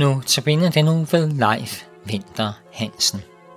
Nu tabiner den nu ved Leif Winther Hansen.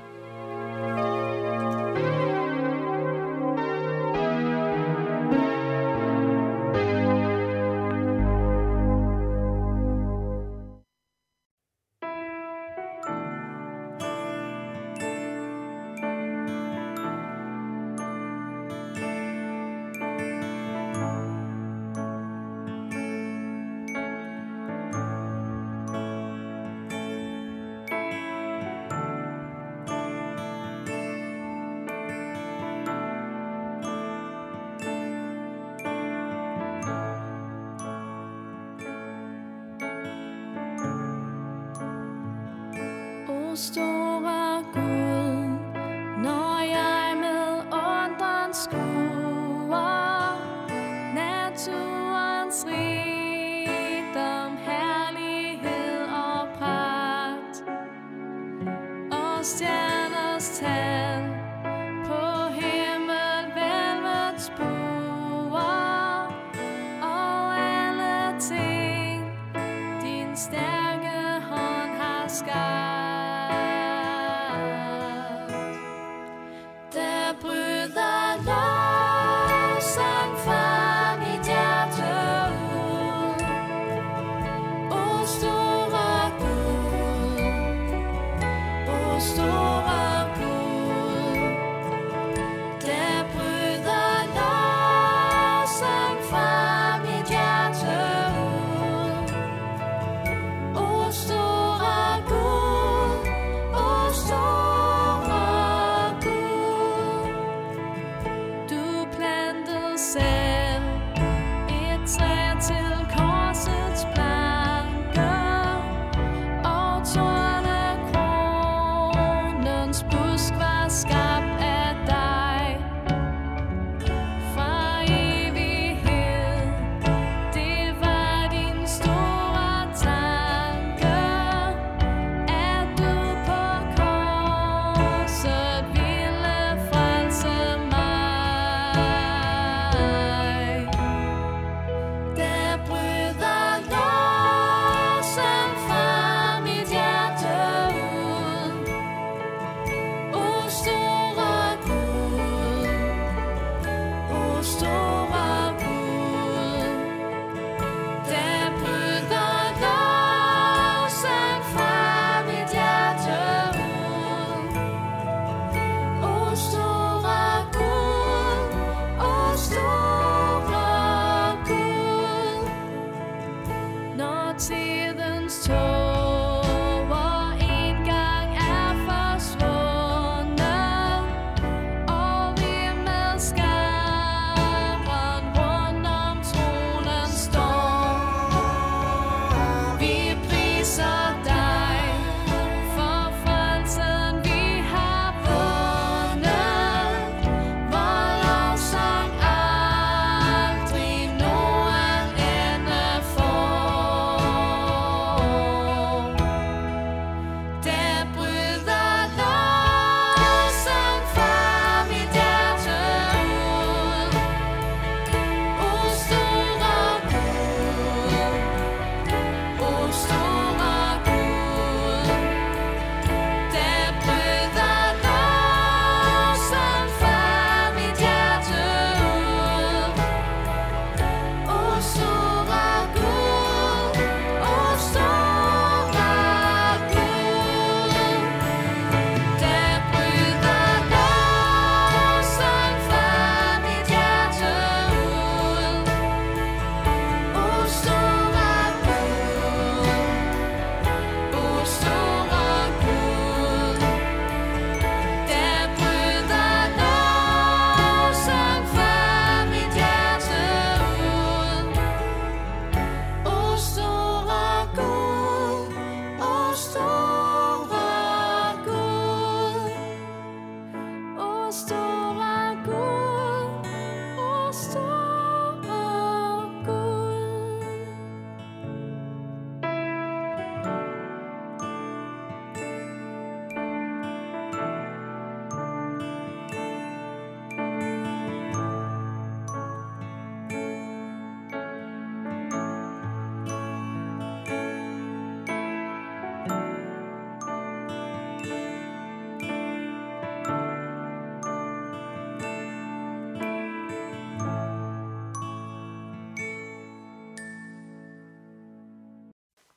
Store Gud, når jeg med undren skuer naturens rigdom, herlighed og pragt, og stjerners tal på himmelhvælvets buer, og alle ting din stærke hånd har skabt.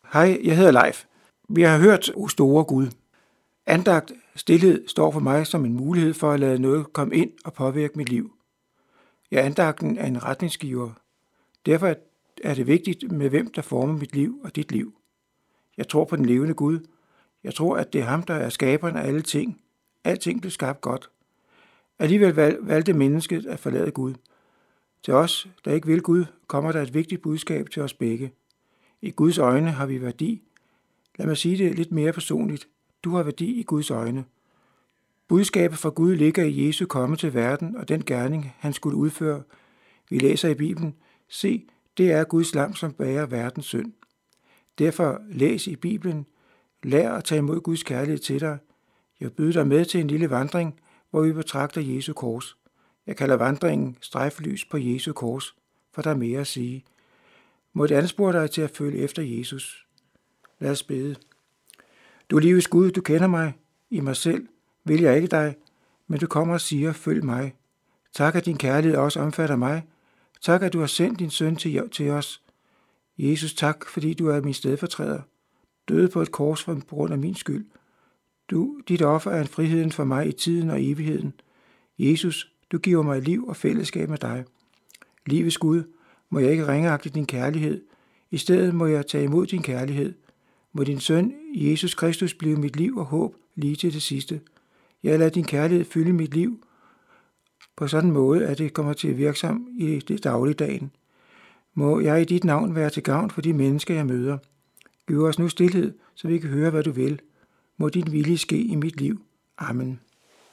Hej, jeg hedder Leif. Vi har hørt O store Gud. Andagt stilhed står for mig som en mulighed for at lade noget komme ind og påvirke mit liv. Ja, andagten er en retningsgiver. Derfor er det vigtigt med hvem der former mit liv og dit liv. Jeg tror på den levende Gud. Jeg tror, at det er ham, der er skaberen af alle ting. Alting blev skabt godt. Alligevel valgte mennesket at forlade Gud. Til os, der ikke vil Gud, kommer der et vigtigt budskab til os begge. I Guds øjne har vi værdi. Lad mig sige det lidt mere personligt. Du har værdi i Guds øjne. Budskabet fra Gud ligger i Jesu komme til verden og den gerning, han skulle udføre. Vi læser i Bibelen, se, det er Guds lam, som bærer verdens synd. Derfor læs i Bibelen, lær at tage imod Guds kærlighed til dig. Jeg byder dig med til en lille vandring, hvor vi betragter Jesu kors. Jeg kalder vandringen strejflys på Jesu kors, for der er mere at sige. Må det anspore dig til at følge efter Jesus. Lad os bede. Du er livets Gud, du kender mig. I mig selv vil jeg ikke dig, men du kommer og siger, følg mig. Tak, at din kærlighed også omfatter mig. Tak, at du har sendt din søn til os. Jesus, tak, fordi du er min stedfortræder. Døde på et kors på grund af min skyld. Dit offer er en friheden for mig i tiden og evigheden. Jesus, du giver mig liv og fællesskab med dig. Livets Gud, må jeg ikke ringeagte din kærlighed. I stedet må jeg tage imod din kærlighed. Må din søn, Jesus Kristus, blive mit liv og håb lige til det sidste. Jeg lader din kærlighed fylde mit liv på sådan en måde, at det kommer til at virke som i det dagligdagen. Må jeg i dit navn være til gavn for de mennesker, jeg møder. Giv os nu stilhed, så vi kan høre, hvad du vil. Må din vilje ske i mit liv. Amen.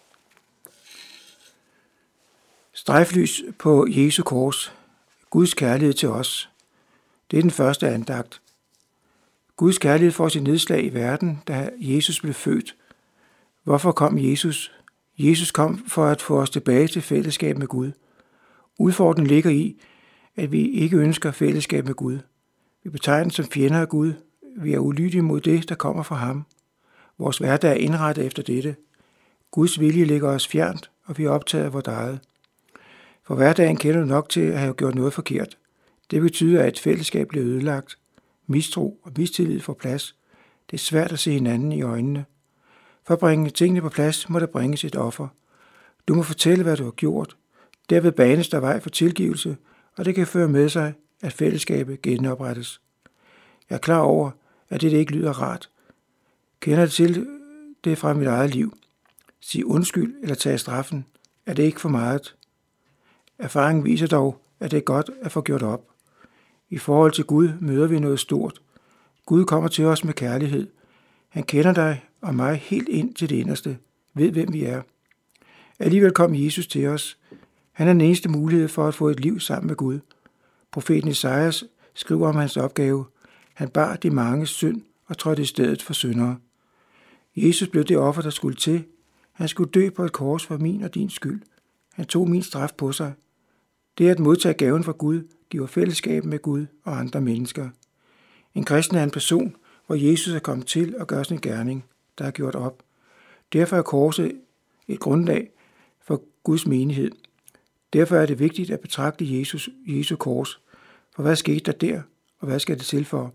Strejflys på Jesu kors. Guds kærlighed til os. Det er den første andagt. Guds kærlighed får sit nedslag i verden, da Jesus blev født. Hvorfor kom Jesus? Jesus kom for at få os tilbage til fællesskab med Gud. Udfordringen ligger i, at vi ikke ønsker fællesskab med Gud. Vi betegnes som fjender af Gud. Vi er ulydige mod det, der kommer fra ham. Vores hverdag er indrettet efter dette. Guds vilje ligger os fjernt, og vi er optaget af vores eget. For hverdagen kender du nok til at have gjort noget forkert. Det betyder, at et fællesskab bliver ødelagt. Mistro og mistillid får plads. Det er svært at se hinanden i øjnene. For at bringe tingene på plads, må der bringes et offer. Du må fortælle, hvad du har gjort. Derved banes der vej for tilgivelse, og det kan føre med sig, at fællesskabet genoprettes. Jeg er klar over, at det ikke lyder rart. Kender det til det fra mit eget liv. Sig undskyld eller tage straffen. Er det ikke for meget? Erfaringen viser dog, at det er godt at få gjort op. I forhold til Gud møder vi noget stort. Gud kommer til os med kærlighed. Han kender dig og mig helt ind til det inderste, ved hvem vi er. Alligevel kom Jesus til os. Han er den eneste mulighed for at få et liv sammen med Gud. Profeten Esajas skriver om hans opgave. Han bar de mange synd og trådte i stedet for syndere. Jesus blev det offer, der skulle til. Han skulle dø på et kors for min og din skyld. Han tog min straf på sig. Det at modtage gaven fra Gud giver fællesskab med Gud og andre mennesker. En kristen er en person, hvor Jesus er kommet til at gøre sin gerning, der er gjort op. Derfor er korset et grundlag for Guds menighed. Derfor er det vigtigt at betragte Jesu kors. For hvad skete der, og hvad skal det til for?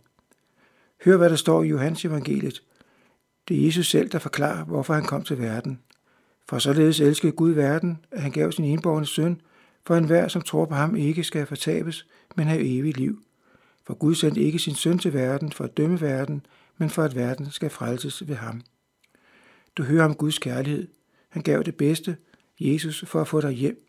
Hør, hvad der står i Johannes evangeliet. Det er Jesus selv, der forklarer, hvorfor han kom til verden. For således elskede Gud verden, at han gav sin enbårne søn, for enhver, som tror på ham, ikke skal fortabes, men have evigt liv. For Gud sendte ikke sin søn til verden for at dømme verden, men for at verden skal frelses ved ham. Du hører om Guds kærlighed. Han gav det bedste, Jesus, for at få dig hjem.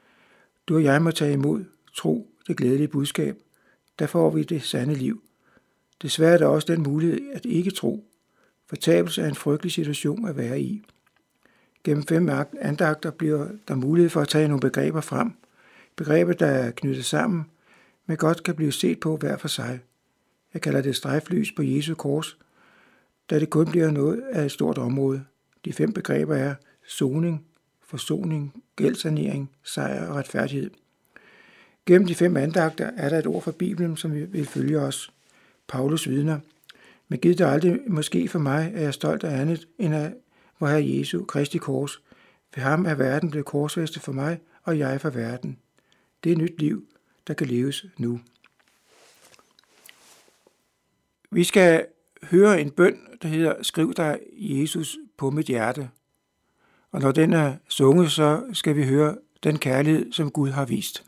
Du og jeg må tage imod, tro det glædelige budskab. Der får vi det sande liv. Desværre er der også den mulighed at ikke tro. Fortabelse er en frygtelig situation at være i. Gennem 5 andagter bliver der mulighed for at tage nogle begreber frem. Begreber, der er knyttet sammen, men godt kan blive set på hver for sig. Jeg kalder det strejflys på Jesu kors, da det kun bliver noget af et stort område. De 5 begreber er soning, forsoning, gældssanering, sejr og retfærdighed. Gennem de 5 andagter er der et ord fra Bibelen, som vil følge os. Paulus vidner. Men giv det aldrig måske for mig, at jeg er stolt af andet, end af vor Herre Jesu Kristi kors. Ved ham er verden blevet korsfæstet for mig, og jeg for verden. Det er et nyt liv, der kan leves nu. Vi skal høre en bøn, der hedder Skriv dig, Jesus, på mit hjerte. Og når den er sunget, så skal vi høre den kærlighed, som Gud har vist.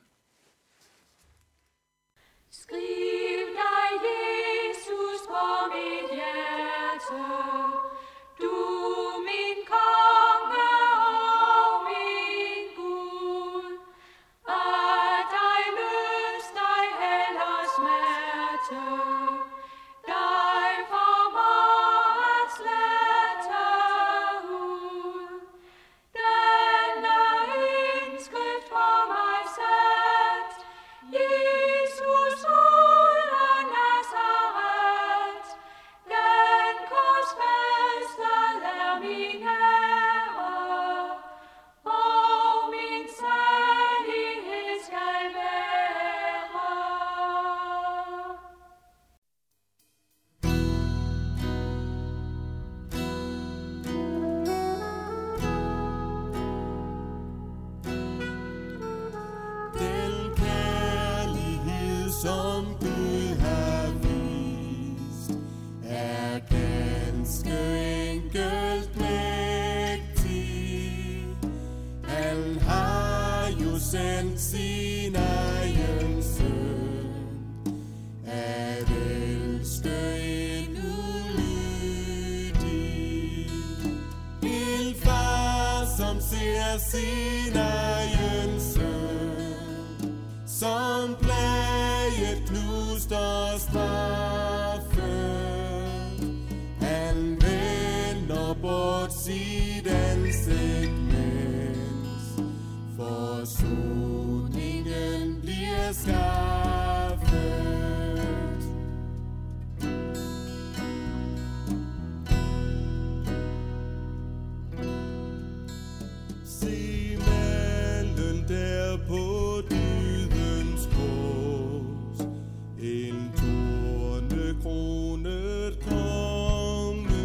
Skriv dig, Jesus, på mit hjerte, du min konge og min Gud, at dig løs dig heller smerte, dig formår at slette ud. Denne indskrift for mig sat, Jesus ud af Nazaret, den korsfæstet er min Herre, og min salighed skal være. Den kærlighed, som Gud har vist, er ganske enkelt mægtig. Han har jo sendt sin egen søn, at elske en ulydig. En far, som ser sin egen søn, som plaget, knust og straffet. Han vender bort sit ansigt, mens forsoningen bliver skaffet. Se manden der på dydens kors, en tornekronet konge.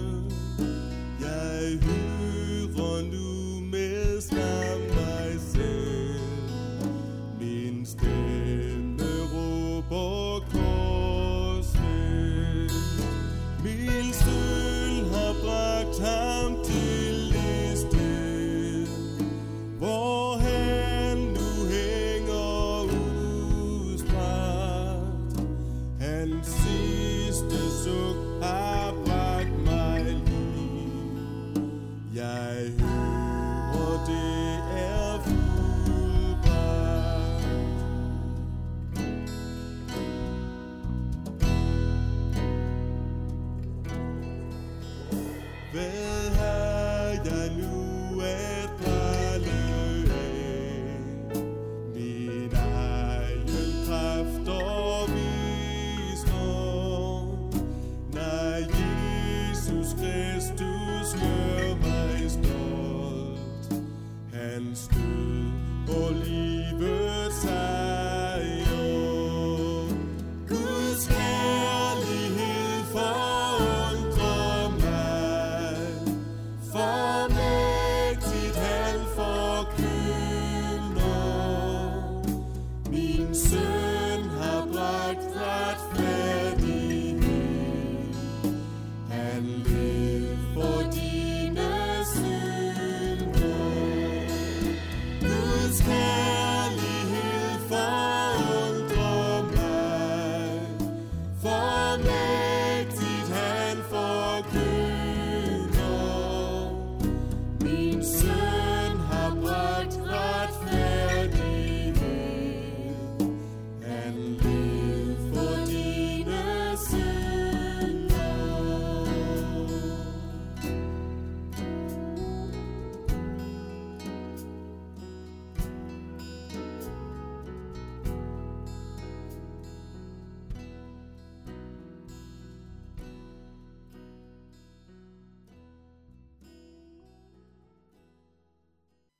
Jeg hører nu med skam mig selv, min stemme råber korsfæst. Min sølv har bragt ham til det sted, hvor han nu hænger udstrakt. Hans sidste suk har bragt mig liv. Jeg hører, det er fuldbragt. Hvad har jeg nu at prale af? Min egen kraft og visdom. Nej, Jesus Kristus gør mig stolt. Hans